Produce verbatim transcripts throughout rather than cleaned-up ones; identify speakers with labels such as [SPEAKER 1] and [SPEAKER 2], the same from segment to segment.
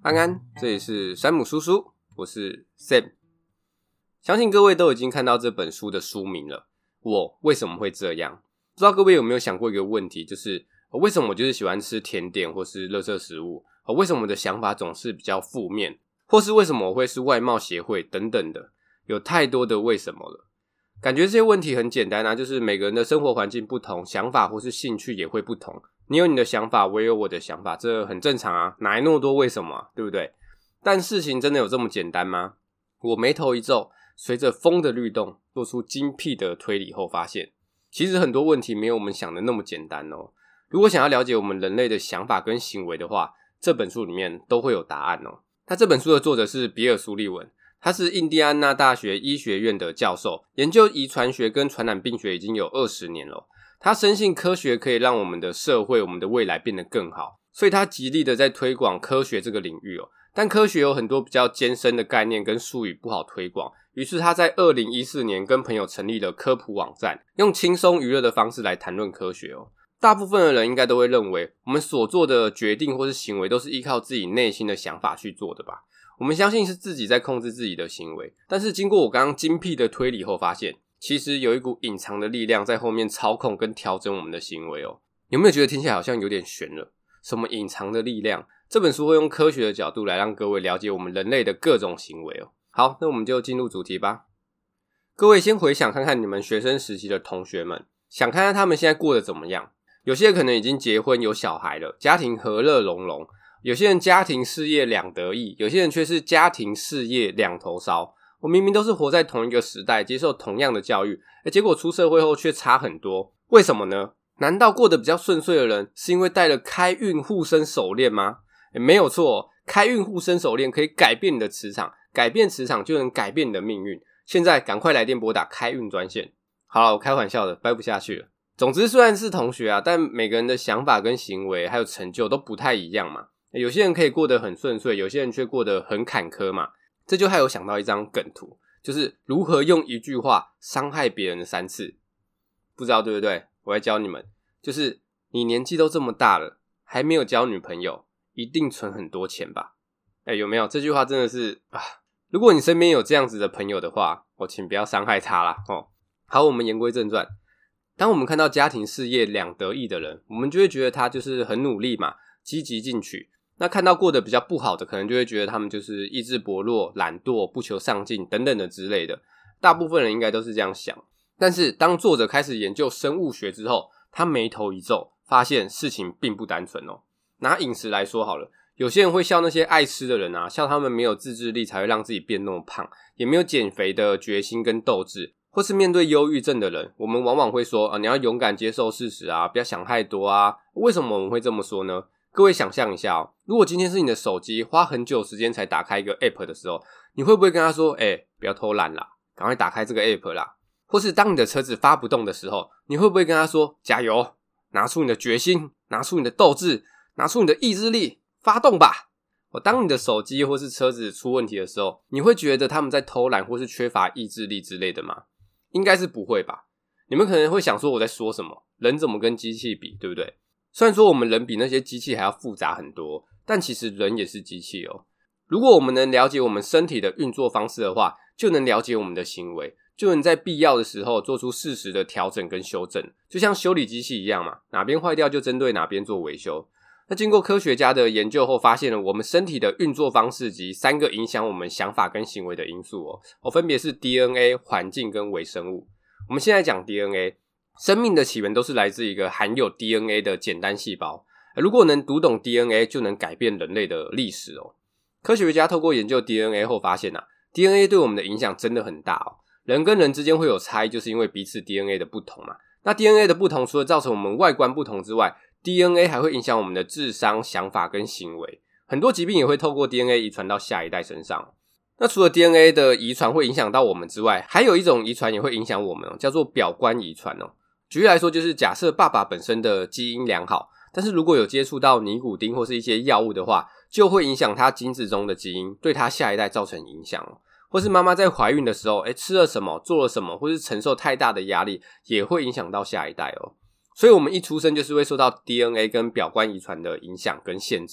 [SPEAKER 1] 安安，这里是山姆叔叔，我是 Sam。相信各位都已经看到这本书的书名了，我为什么会这样？不知道各位有没有想过一个问题，就是为什么我就是喜欢吃甜点或是垃圾食物？为什么我的想法总是比较负面？或是为什么我会是外貌协会等等的？有太多的为什么了。感觉这些问题很简单啊，就是每个人的生活环境不同，想法或是兴趣也会不同。你有你的想法，我也有我的想法，这很正常啊，哪来那么多为什么啊，对不对？但事情真的有这么简单吗？我眉头一皱，随着风的律动，做出精辟的推理后发现，其实很多问题没有我们想的那么简单哦。如果想要了解我们人类的想法跟行为的话，这本书里面都会有答案哦。那这本书的作者是比尔·苏利文，他是印第安纳大学医学院的教授，研究遗传学跟传染病学已经有二十年了。他深信科学可以让我们的社会、我们的未来变得更好，所以他极力的在推广科学这个领域哦。但科学有很多比较艰深的概念跟术语不好推广，于是他在二零一四年跟朋友成立了科普网站，用轻松娱乐的方式来谈论科学哦。大部分的人应该都会认为，我们所做的决定或是行为都是依靠自己内心的想法去做的吧。我们相信是自己在控制自己的行为，但是经过我刚刚精辟的推理后发现，其实有一股隐藏的力量在后面操控跟调整我们的行为哦。有没有觉得听起来好像有点悬了？什么隐藏的力量？这本书会用科学的角度来让各位了解我们人类的各种行为哦。好，那我们就进入主题吧。各位先回想看看你们学生时期的同学们，想看看他们现在过得怎么样。有些可能已经结婚有小孩了，家庭和乐融融，有些人家庭事业两得意，有些人却是家庭事业两头烧。我明明都是活在同一个时代，接受同样的教育，结果出社会后却差很多，为什么呢？难道过得比较顺遂的人是因为戴了开运护身手链吗？没有错，开运护身手链可以改变你的磁场，改变磁场就能改变你的命运。现在赶快来电拨打开运专线。好了，我开玩笑的，掰不下去了。总之虽然是同学啊，但每个人的想法跟行为还有成就都不太一样嘛。有些人可以过得很顺遂，有些人却过得很坎坷嘛。这就害我想到一张梗图，就是如何用一句话伤害别人三次。不知道对不对？我来教你们，就是你年纪都这么大了，还没有交女朋友，一定存很多钱吧？诶有没有？这句话真的是啊！如果你身边有这样子的朋友的话，我请不要伤害他啦哦。好，我们言归正传。当我们看到家庭事业两得意的人，我们就会觉得他就是很努力嘛，积极进取。那看到过得比较不好的，可能就会觉得他们就是意志薄弱、懒惰、不求上进等等的之类的。大部分人应该都是这样想。但是当作者开始研究生物学之后，他眉头一皱，发现事情并不单纯哦。拿饮食来说好了，有些人会笑那些爱吃的人啊，笑他们没有自制力才会让自己变那么胖，也没有减肥的决心跟斗志。或是面对忧郁症的人，我们往往会说、啊、你要勇敢接受事实啊，不要想太多啊。为什么我们会这么说呢？各位想象一下哦，如果今天是你的手机花很久时间才打开一个 app 的时候，你会不会跟他说诶、欸、不要偷懒啦，赶快打开这个 app 啦？或是当你的车子发不动的时候，你会不会跟他说加油，拿出你的决心，拿出你的斗志，拿出你的意志力，发动吧？当你的手机或是车子出问题的时候，你会觉得他们在偷懒或是缺乏意志力之类的吗？应该是不会吧。你们可能会想说我在说什么，人怎么跟机器比，对不对？虽然说我们人比那些机器还要复杂很多，但其实人也是机器哦。如果我们能了解我们身体的运作方式的话，就能了解我们的行为，就能在必要的时候做出适时的调整跟修正，就像修理机器一样嘛，哪边坏掉就针对哪边做维修。那经过科学家的研究后，发现了我们身体的运作方式及三个影响我们想法跟行为的因素哦，哦分别是 D N A、环境跟微生物。我们现在讲 D N A， 生命的起源都是来自一个含有 D N A 的简单细胞。如果能读懂 D N A， 就能改变人类的历史哦。科学家透过研究 D N A 后发现啊 ，D N A 对我们的影响真的很大哦。人跟人之间会有差异，就是因为彼此 D N A 的不同嘛。那 D N A 的不同，除了造成我们外观不同之外，D N A 还会影响我们的智商、想法跟行为，很多疾病也会透过 D N A 遗传到下一代身上。那除了 D N A 的遗传会影响到我们之外，还有一种遗传也会影响我们哦，叫做表观遗传哦。举例来说，就是假设爸爸本身的基因良好，但是如果有接触到尼古丁或是一些药物的话，就会影响他精子中的基因，对他下一代造成影响哦。或是妈妈在怀孕的时候，诶吃了什么，做了什么，或是承受太大的压力，也会影响到下一代哦。所以我们一出生就是会受到 D N A 跟表观遗传的影响跟限制，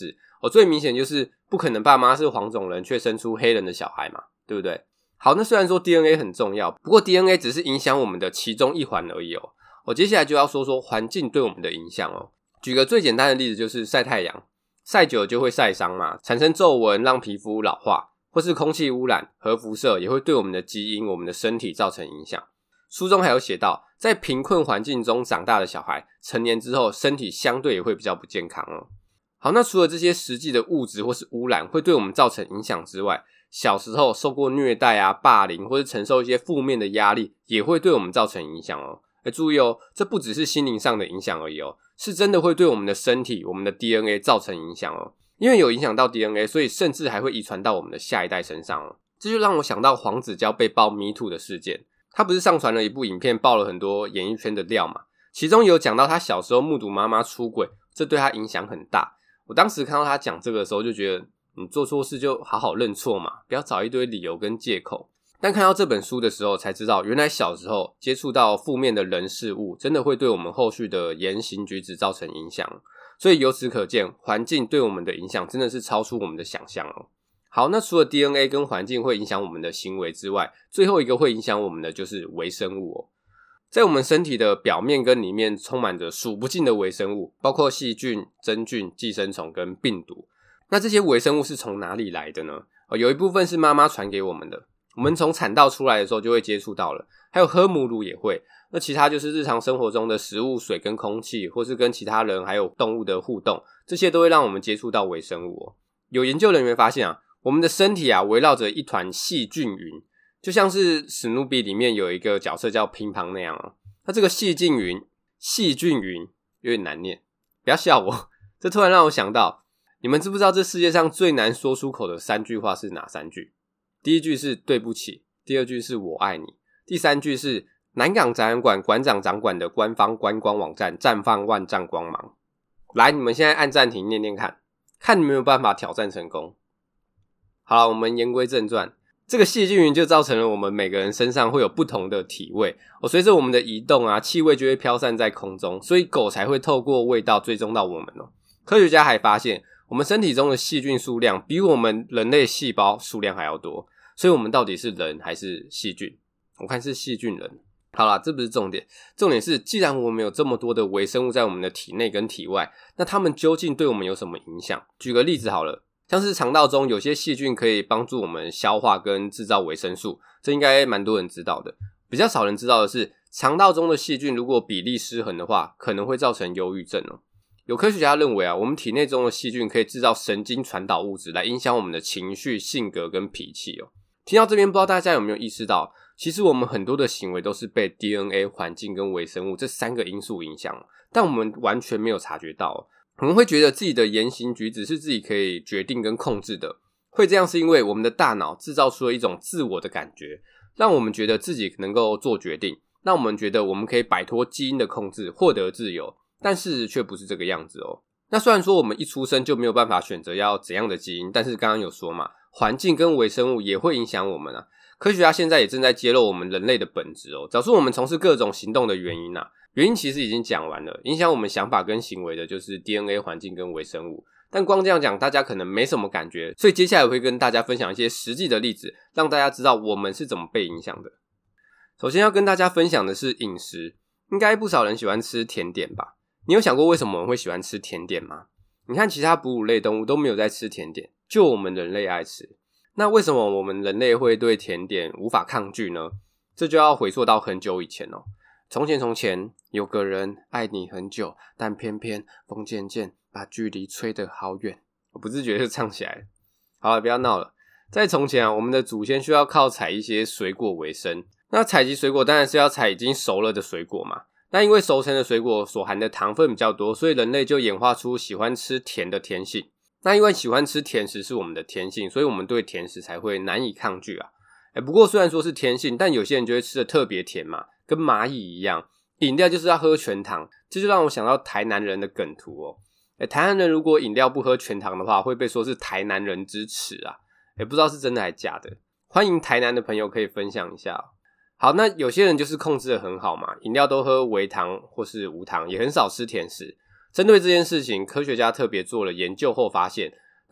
[SPEAKER 1] 哦，最明显就是不可能爸妈是黄种人却生出黑人的小孩嘛，对不对？好，那虽然说 D N A 很重要，不过 D N A 只是影响我们的其中一环而已哦。我接下来就要说说环境对我们的影响哦。举个最简单的例子，就是晒太阳，晒久就会晒伤嘛，产生皱纹，让皮肤老化，或是空气污染、核辐射也会对我们的基因、我们的身体造成影响。书中还有写到，在贫困环境中长大的小孩，成年之后身体相对也会比较不健康哦。好，那除了这些实际的物质或是污染会对我们造成影响之外，小时候受过虐待啊、霸凌或是承受一些负面的压力，也会对我们造成影响哦。诶，注意哦，这不只是心灵上的影响而已哦，是真的会对我们的身体、我们的 D N A 造成影响哦。因为有影响到 D N A， 所以甚至还会遗传到我们的下一代身上哦。这就让我想到黄子佼被爆 Me Too 的事件，他不是上传了一部影片，爆了很多演艺圈的料嘛，其中有讲到他小时候目睹妈妈出轨，这对他影响很大。我当时看到他讲这个的时候就觉得，你做错事就好好认错嘛，不要找一堆理由跟借口。但看到这本书的时候才知道，原来小时候接触到负面的人事物，真的会对我们后续的言行举止造成影响。所以由此可见，环境对我们的影响真的是超出我们的想象哦。好，那除了 D N A 跟环境会影响我们的行为之外，最后一个会影响我们的就是微生物哦。在我们身体的表面跟里面充满着数不尽的微生物，包括细菌、真菌、寄生虫跟病毒。那这些微生物是从哪里来的呢？哦，有一部分是妈妈传给我们的，我们从产道出来的时候就会接触到了，还有喝母乳也会。那其他就是日常生活中的食物、水跟空气，或是跟其他人还有动物的互动，这些都会让我们接触到微生物哦。有研究人员发现啊，我们的身体啊围绕着一团细菌云，就像是史努比里面有一个角色叫乒乓那样啊。那这个细菌云，细菌云有点难念，不要笑我，这突然让我想到，你们知不知道这世界上最难说出口的三句话是哪三句？第一句是对不起，第二句是我爱你，第三句是南港展览馆馆长掌管的官方观光网站绽放万丈光芒。来，你们现在按暂停念念看，看你们有没有办法挑战成功。好了，我们言归正传，这个细菌云就造成了我们每个人身上会有不同的体味哦，随着我们的移动啊，气味就会飘散在空中，所以狗才会透过味道追踪到我们哦。科学家还发现，我们身体中的细菌数量比我们人类细胞数量还要多，所以我们到底是人还是细菌？我看是细菌人。好啦，这不是重点，重点是既然我们有这么多的微生物在我们的体内跟体外，那它们究竟对我们有什么影响？举个例子好了，像是肠道中有些细菌可以帮助我们消化跟制造维生素，这应该蛮多人知道的。比较少人知道的是，肠道中的细菌如果比例失衡的话，可能会造成忧郁症哦。有科学家认为啊，我们体内中的细菌可以制造神经传导物质来影响我们的情绪、性格跟脾气哦。听到这边，不知道大家有没有意识到，其实我们很多的行为都是被 D N A、环境跟微生物这三个因素影响，但我们完全没有察觉到哦。我们会觉得自己的言行举止是自己可以决定跟控制的，会这样是因为我们的大脑制造出了一种自我的感觉，让我们觉得自己能够做决定，让我们觉得我们可以摆脱基因的控制，获得自由，但事实却不是这个样子哦。那虽然说我们一出生就没有办法选择要怎样的基因，但是刚刚有说嘛，环境跟微生物也会影响我们啊。科学家现在也正在揭露我们人类的本质哦，找出我们从事各种行动的原因啊。原因其实已经讲完了，影响我们想法跟行为的就是 D N A、环境跟微生物。但光这样讲，大家可能没什么感觉，所以接下来我会跟大家分享一些实际的例子，让大家知道我们是怎么被影响的。首先要跟大家分享的是饮食，应该不少人喜欢吃甜点吧？你有想过为什么我们会喜欢吃甜点吗？你看其他哺乳类动物都没有在吃甜点，就我们人类爱吃。那为什么我们人类会对甜点无法抗拒呢？这就要回溯到很久以前哦。从前从前有个人爱你很久，但偏偏风渐渐把距离吹得好远。我不自觉就唱起来了。好了，不要闹了。在从前啊，我们的祖先需要靠采一些水果为生。那采集水果当然是要采已经熟了的水果嘛。那因为熟成的水果所含的糖分比较多，所以人类就演化出喜欢吃甜的天性。那因为喜欢吃甜食是我们的天性，所以我们对甜食才会难以抗拒啊。欸、不过虽然说是天性，但有些人就会吃得特别甜嘛，跟蚂蚁一样，饮料就是要喝全糖，这就让我想到台南人的梗图哦。欸、台南人如果饮料不喝全糖的话，会被说是台南人之耻啊。欸、不知道是真的还是假的，欢迎台南的朋友可以分享一下哦。好，那有些人就是控制得很好嘛，饮料都喝微糖或是无糖，也很少吃甜食。针对这件事情，科学家特别做了研究后发现，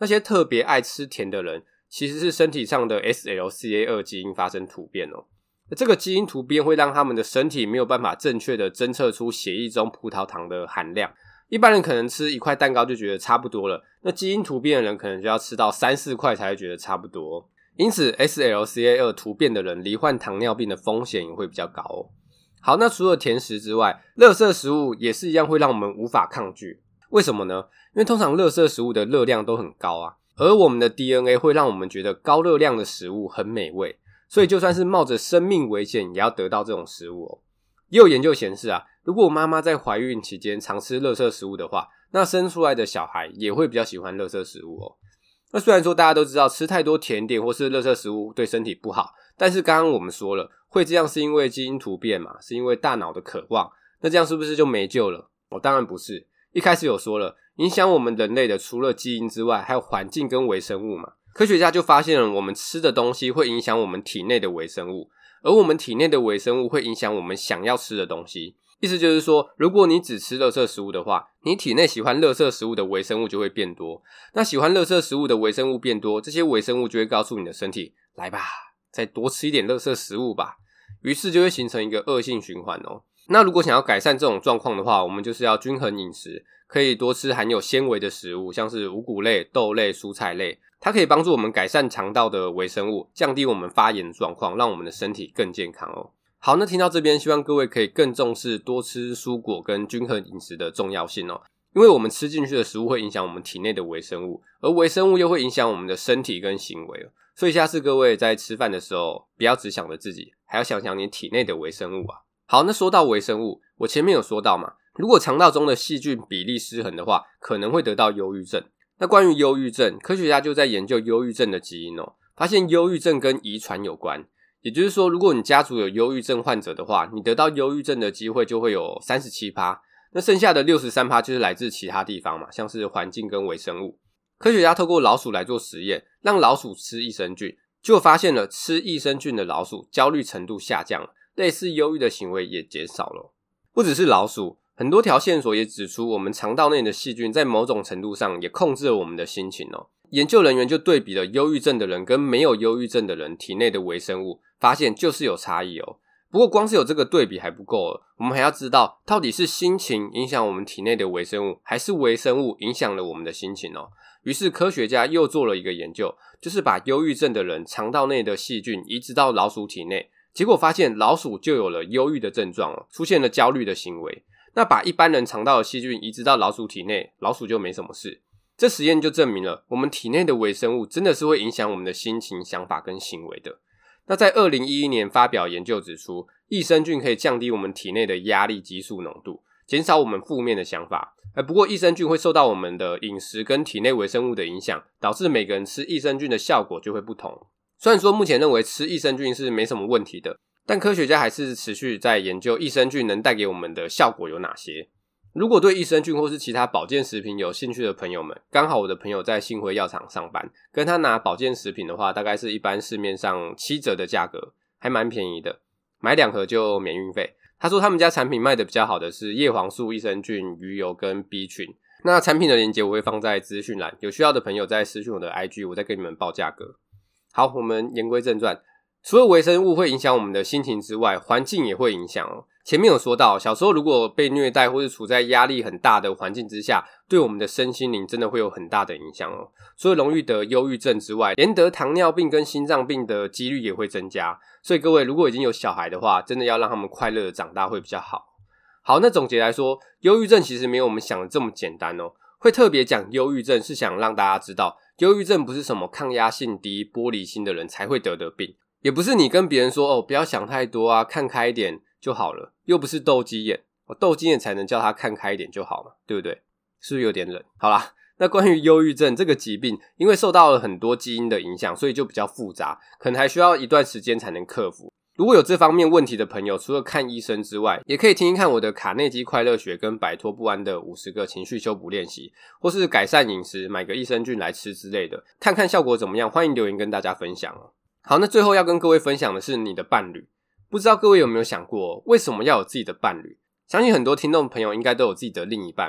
[SPEAKER 1] 那些特别爱吃甜的人其实是身体上的 S L C A 二 基因发生突变哦。这个基因突变会让他们的身体没有办法正确的侦测出血液中葡萄糖的含量。一般人可能吃一块蛋糕就觉得差不多了，那基因突变的人可能就要吃到三四块才会觉得差不多。因此 S L C A 二 突变的人罹患糖尿病的风险也会比较高哦。好，那除了甜食之外，垃圾食物也是一样会让我们无法抗拒。为什么呢？因为通常垃圾食物的热量都很高啊，而我们的 D N A 会让我们觉得高热量的食物很美味，所以就算是冒着生命危险也要得到这种食物哦。也有研究显示啊，如果妈妈在怀孕期间常吃垃圾食物的话，那生出来的小孩也会比较喜欢垃圾食物哦。那虽然说大家都知道吃太多甜点或是垃圾食物对身体不好，但是刚刚我们说了，会这样是因为基因突变嘛，是因为大脑的渴望，那这样是不是就没救了？哦，当然不是。一开始有说了，影响我们人类的除了基因之外，还有环境跟微生物嘛。科学家就发现了我们吃的东西会影响我们体内的微生物，而我们体内的微生物会影响我们想要吃的东西。意思就是说，如果你只吃垃圾食物的话，你体内喜欢垃圾食物的微生物就会变多。那喜欢垃圾食物的微生物变多，这些微生物就会告诉你的身体，来吧，再多吃一点垃圾食物吧。于是就会形成一个恶性循环哦。那如果想要改善这种状况的话，我们就是要均衡饮食，可以多吃含有纤维的食物，像是五谷类、豆类、蔬菜类，它可以帮助我们改善肠道的微生物，降低我们发炎的状况，让我们的身体更健康哦。好，那听到这边，希望各位可以更重视多吃蔬果跟均衡饮食的重要性哦。因为我们吃进去的食物会影响我们体内的微生物，而微生物又会影响我们的身体跟行为，所以下次各位在吃饭的时候，不要只想着自己，还要想想你体内的微生物啊。好，那说到微生物，我前面有说到嘛，如果肠道中的细菌比例失衡的话，可能会得到忧郁症。那关于忧郁症，科学家就在研究忧郁症的基因哦，发现忧郁症跟遗传有关。也就是说，如果你家族有忧郁症患者的话，你得到忧郁症的机会就会有 百分之三十七， 那剩下的 百分之六十三 就是来自其他地方嘛，像是环境跟微生物。科学家透过老鼠来做实验，让老鼠吃益生菌，就发现了吃益生菌的老鼠焦虑程度下降了，类似忧郁的行为也减少了。不只是老鼠，很多条线索也指出，我们肠道内的细菌在某种程度上也控制了我们的心情哦。研究人员就对比了忧郁症的人跟没有忧郁症的人体内的微生物，发现就是有差异哦。不过光是有这个对比还不够了，我们还要知道到底是心情影响我们体内的微生物，还是微生物影响了我们的心情哦。于是科学家又做了一个研究，就是把忧郁症的人肠道内的细菌移植到老鼠体内，结果发现老鼠就有了忧郁的症状哦，出现了焦虑的行为。那把一般人肠道的细菌移植到老鼠体内，老鼠就没什么事。这实验就证明了我们体内的微生物真的是会影响我们的心情、想法跟行为的。那在二零一一年发表研究指出，益生菌可以降低我们体内的压力激素浓度，减少我们负面的想法。不过益生菌会受到我们的饮食跟体内微生物的影响，导致每个人吃益生菌的效果就会不同。虽然说目前认为吃益生菌是没什么问题的，但科学家还是持续在研究益生菌能带给我们的效果有哪些。如果对益生菌或是其他保健食品有兴趣的朋友们，刚好我的朋友在信辉药厂上班，跟他拿保健食品的话，大概是一般市面上七折的价格，还蛮便宜的，买两盒就免运费。他说他们家产品卖的比较好的是叶黄素、益生菌、鱼油跟 B 群。那产品的链接我会放在资讯栏，有需要的朋友再私讯我的 I G， 我再跟你们报价格。好，我们言归正传，除了微生物会影响我们的心情之外，环境也会影响哦。前面有说到，小时候如果被虐待或是处在压力很大的环境之下，对我们的身心灵真的会有很大的影响哦。除了容易得忧郁症之外，连得糖尿病跟心脏病的几率也会增加。所以各位如果已经有小孩的话，真的要让他们快乐的长大会比较好。好，那总结来说，忧郁症其实没有我们想的这么简单哦。会特别讲忧郁症是想让大家知道，忧郁症不是什么抗压性低、玻璃心的人才会得的病，也不是你跟别人说哦不要想太多啊，看开一点就好了，又不是斗鸡眼，我斗鸡眼才能叫他看开一点就好嘛，对不对？是不是有点冷？好啦，那关于忧郁症这个疾病，因为受到了很多基因的影响，所以就比较复杂，可能还需要一段时间才能克服。如果有这方面问题的朋友，除了看医生之外，也可以听听看我的卡内基快乐学跟摆脱不安的五十个情绪修补练习，或是改善饮食，买个益生菌来吃之类的，看看效果怎么样，欢迎留言跟大家分享哦。好，那最后要跟各位分享的是你的伴侣。不知道各位有没有想过，为什么要有自己的伴侣？相信很多听众朋友应该都有自己的另一半吧。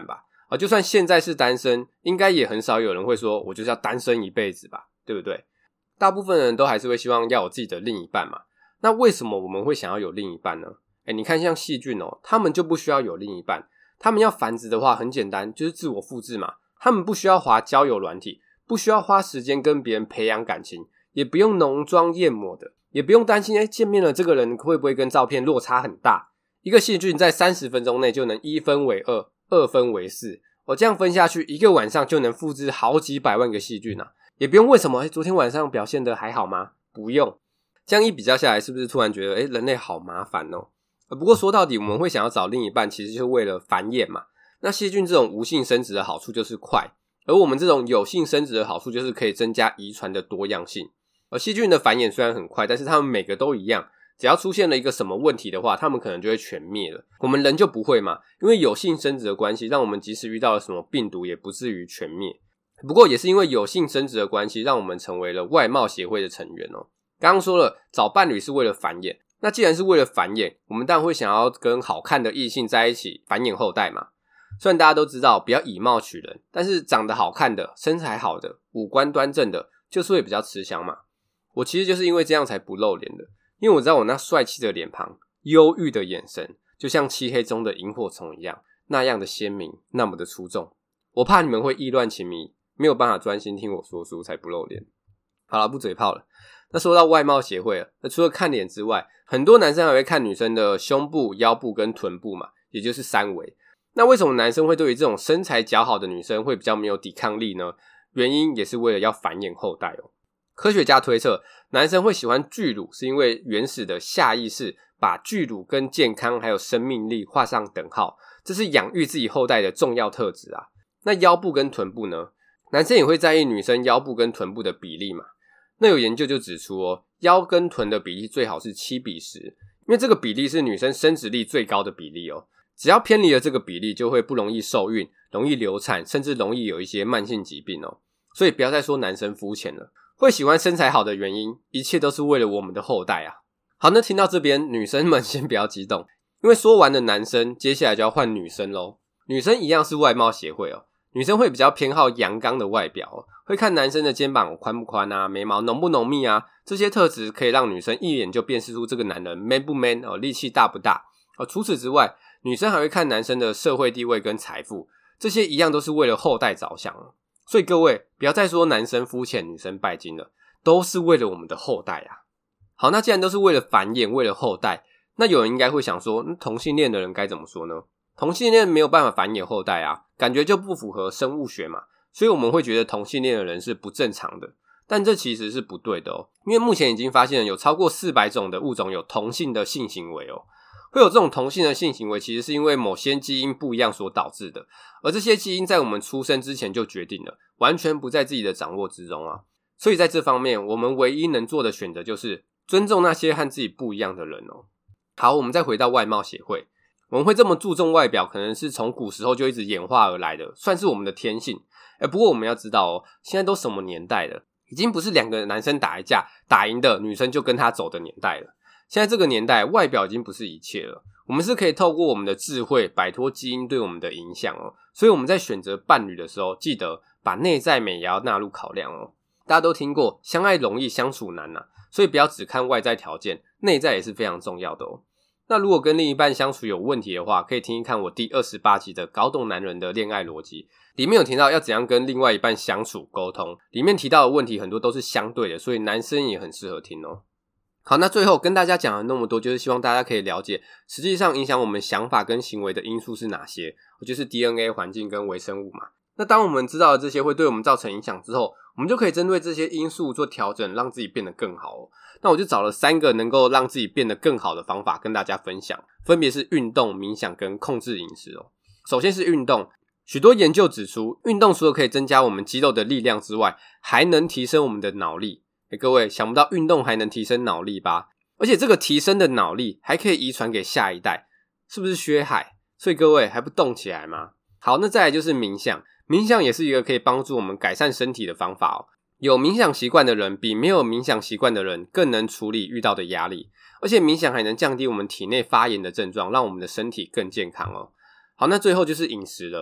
[SPEAKER 1] 啊，就算现在是单身，应该也很少有人会说我就是要单身一辈子吧，对不对？大部分人都还是会希望要有自己的另一半嘛。那为什么我们会想要有另一半呢？诶，你看像细菌哦，他们就不需要有另一半，他们要繁殖的话很简单，就是自我复制嘛。他们不需要滑交友软体，不需要花时间跟别人培养感情，也不用浓妆艳抹的，也不用担心诶见面了这个人会不会跟照片落差很大。一个细菌在三十分钟内就能一分为二，二分为四，我这样分下去，一个晚上就能复制好几百万个细菌啊！也不用问什么，诶昨天晚上表现得还好吗？不用。这样一比较下来，是不是突然觉得，诶人类好麻烦哦？不过说到底，我们会想要找另一半，其实就是为了繁衍嘛。那细菌这种无性生殖的好处就是快，而我们这种有性生殖的好处就是可以增加遗传的多样性。而细菌的繁衍虽然很快，但是它们每个都一样，只要出现了一个什么问题的话，它们可能就会全灭了。我们人就不会嘛，因为有性生殖的关系，让我们即使遇到了什么病毒也不至于全灭。不过也是因为有性生殖的关系，让我们成为了外貌协会的成员哦。刚刚说了，找伴侣是为了繁衍，那既然是为了繁衍，我们当然会想要跟好看的异性在一起繁衍后代嘛。虽然大家都知道不要以貌取人，但是长得好看的、身材好的、五官端正的，就是会比较吃香嘛。我其实就是因为这样才不露脸的，因为我知道我那帅气的脸庞、忧郁的眼神，就像漆黑中的萤火虫一样，那样的鲜明，那么的出众。我怕你们会意乱情迷，没有办法专心听我说书，才不露脸。好了，不嘴炮了。那说到外貌协会了，那除了看脸之外，很多男生还会看女生的胸部、腰部跟臀部嘛，也就是三围。那为什么男生会对于这种身材较好的女生会比较没有抵抗力呢？原因也是为了要繁衍后代哦。科学家推测，男生会喜欢巨乳是因为原始的下意识把巨乳跟健康还有生命力画上等号，这是养育自己后代的重要特质啊。那腰部跟臀部呢？男生也会在意女生腰部跟臀部的比例嘛。那有研究就指出哦，腰跟臀的比例最好是七比十，因为这个比例是女生生殖力最高的比例哦。只要偏离了这个比例，就会不容易受孕，容易流产，甚至容易有一些慢性疾病哦。所以不要再说男生肤浅了，会喜欢身材好的原因，一切都是为了我们的后代啊。好，那听到这边，女生们先不要激动，因为说完了男生，接下来就要换女生咯。女生一样是外貌协会哦。女生会比较偏好阳刚的外表哦，会看男生的肩膀宽不宽啊，眉毛浓不浓密啊，这些特质可以让女生一眼就辨识出这个男人 man 不 man 哦，力气大不大哦。除此之外，女生还会看男生的社会地位跟财富，这些一样都是为了后代着想哦。所以各位不要再说男生肤浅，女生拜金了，都是为了我们的后代啊。好，那既然都是为了繁衍，为了后代，那有人应该会想说，嗯、同性恋的人该怎么说呢？同性恋没有办法繁衍后代啊，感觉就不符合生物学嘛，所以我们会觉得同性恋的人是不正常的，但这其实是不对的哦，因为目前已经发现了有超过四百种的物种有同性的性行为哦。会有这种同性的性行为，其实是因为某些基因不一样所导致的，而这些基因在我们出生之前就决定了，完全不在自己的掌握之中啊。所以在这方面，我们唯一能做的选择就是尊重那些和自己不一样的人哦。好，我们再回到外貌协会。我们会这么注重外表，可能是从古时候就一直演化而来的，算是我们的天性。欸、不过我们要知道哦，现在都什么年代了，已经不是两个男生打一架，打赢的女生就跟他走的年代了。现在这个年代，外表已经不是一切了，我们是可以透过我们的智慧摆脱基因对我们的影响哦。所以我们在选择伴侣的时候，记得把内在美也要纳入考量哦。大家都听过相爱容易相处难啊，所以不要只看外在条件，内在也是非常重要的哦。那如果跟另一半相处有问题的话，可以听听看我第二十八集的搞懂男人的恋爱逻辑，里面有提到要怎样跟另外一半相处沟通，里面提到的问题很多都是相对的，所以男生也很适合听哦。好，那最后跟大家讲了那么多，就是希望大家可以了解实际上影响我们想法跟行为的因素是哪些，就是 D N A 环境跟微生物嘛。那当我们知道了这些会对我们造成影响之后，我们就可以针对这些因素做调整，让自己变得更好哦。那我就找了三个能够让自己变得更好的方法跟大家分享，分别是运动、冥想跟控制饮食哦。首先是运动，许多研究指出，运动除了可以增加我们肌肉的力量之外，还能提升我们的脑力。欸、各位想不到运动还能提升脑力吧？而且这个提升的脑力还可以遗传给下一代，是不是血海？所以各位还不动起来吗？好，那再来就是冥想。冥想也是一个可以帮助我们改善身体的方法哦。有冥想习惯的人比没有冥想习惯的人更能处理遇到的压力，而且冥想还能降低我们体内发炎的症状，让我们的身体更健康哦。好，那最后就是饮食了。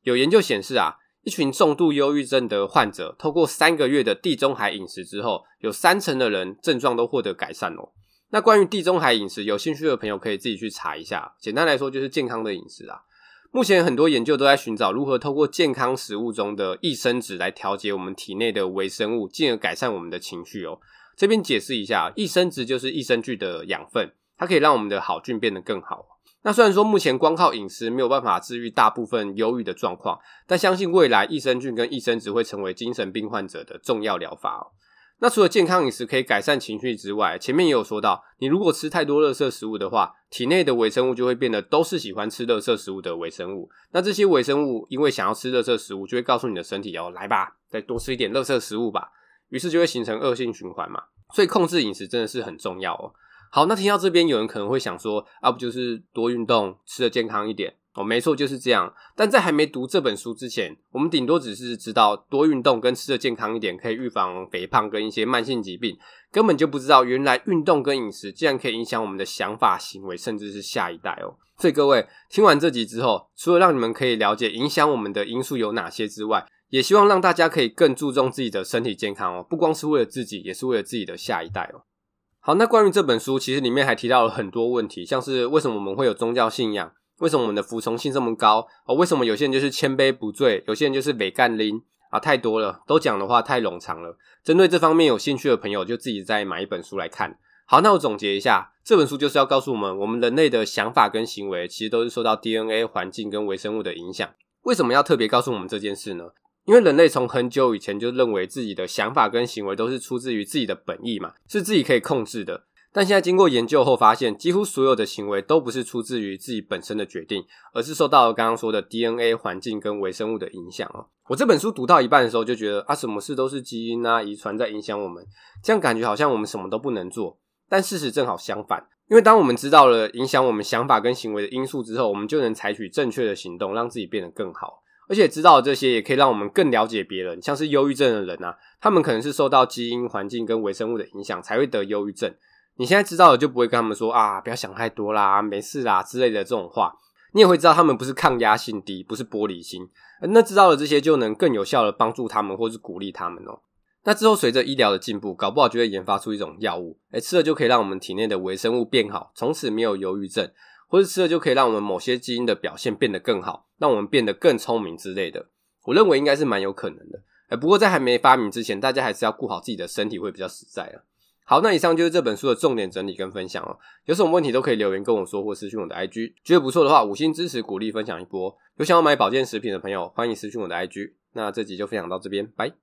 [SPEAKER 1] 有研究显示啊，一群重度忧郁症的患者透过三个月的地中海饮食之后，有三成的人症状都获得改善哦。那关于地中海饮食，有兴趣的朋友可以自己去查一下，简单来说就是健康的饮食啊。目前很多研究都在寻找如何透过健康食物中的益生质来调节我们体内的微生物，进而改善我们的情绪哦。这边解释一下，益生质就是益生菌的养分，它可以让我们的好菌变得更好。那虽然说目前光靠饮食没有办法治愈大部分忧郁的状况，但相信未来益生菌跟益生质会成为精神病患者的重要疗法哦。那除了健康饮食可以改善情绪之外，前面也有说到，你如果吃太多垃圾食物的话，体内的微生物就会变得都是喜欢吃垃圾食物的微生物。那这些微生物因为想要吃垃圾食物，就会告诉你的身体哦，来吧，再多吃一点垃圾食物吧，于是就会形成恶性循环嘛。所以控制饮食真的是很重要哦。好，那听到这边有人可能会想说，啊不就是多运动，吃得健康一点哦，没错，就是这样。但在还没读这本书之前，我们顶多只是知道多运动跟吃得健康一点可以预防肥胖跟一些慢性疾病，根本就不知道原来运动跟饮食竟然可以影响我们的想法、行为，甚至是下一代哦。所以各位听完这集之后，除了让你们可以了解影响我们的因素有哪些之外，也希望让大家可以更注重自己的身体健康哦，不光是为了自己，也是为了自己的下一代哦。好，那关于这本书，其实里面还提到了很多问题，像是为什么我们会有宗教信仰，为什么我们的服从性这么高、哦、为什么有些人就是谦卑不坠，有些人就是伪干拎啊，太多了，都讲的话太冗长了。针对这方面有兴趣的朋友，就自己再买一本书来看。好，那我总结一下，这本书就是要告诉我们，我们人类的想法跟行为其实都是受到 D N A 环境跟微生物的影响。为什么要特别告诉我们这件事呢？因为人类从很久以前就认为自己的想法跟行为都是出自于自己的本意嘛，是自己可以控制的。但现在经过研究后发现，几乎所有的行为都不是出自于自己本身的决定，而是受到了刚刚说的 D N A 环境跟微生物的影响哦。我这本书读到一半的时候就觉得啊，什么事都是基因啊、遗传在影响我们，这样感觉好像我们什么都不能做。但事实正好相反，因为当我们知道了影响我们想法跟行为的因素之后，我们就能采取正确的行动，让自己变得更好。而且知道这些也可以让我们更了解别人，像是忧郁症的人啊，他们可能是受到基因、环境跟微生物的影响才会得忧郁症。你现在知道了就不会跟他们说啊，不要想太多啦，没事啦之类的这种话。你也会知道他们不是抗压性低，不是玻璃心。那知道了这些就能更有效的帮助他们或是鼓励他们哦。那之后随着医疗的进步，搞不好就会研发出一种药物，诶吃了就可以让我们体内的微生物变好，从此没有忧郁症。或是吃了就可以让我们某些基因的表现变得更好，让我们变得更聪明之类的。我认为应该是蛮有可能的。欸、不过在还没发明之前，大家还是要顾好自己的身体会比较实在啊。好，那以上就是这本书的重点整理跟分享哦。有什么问题都可以留言跟我说，或私讯我的 I G。觉得不错的话，五星支持鼓励分享一波。有想要买保健食品的朋友，欢迎私讯我的 I G。那这集就分享到这边，拜。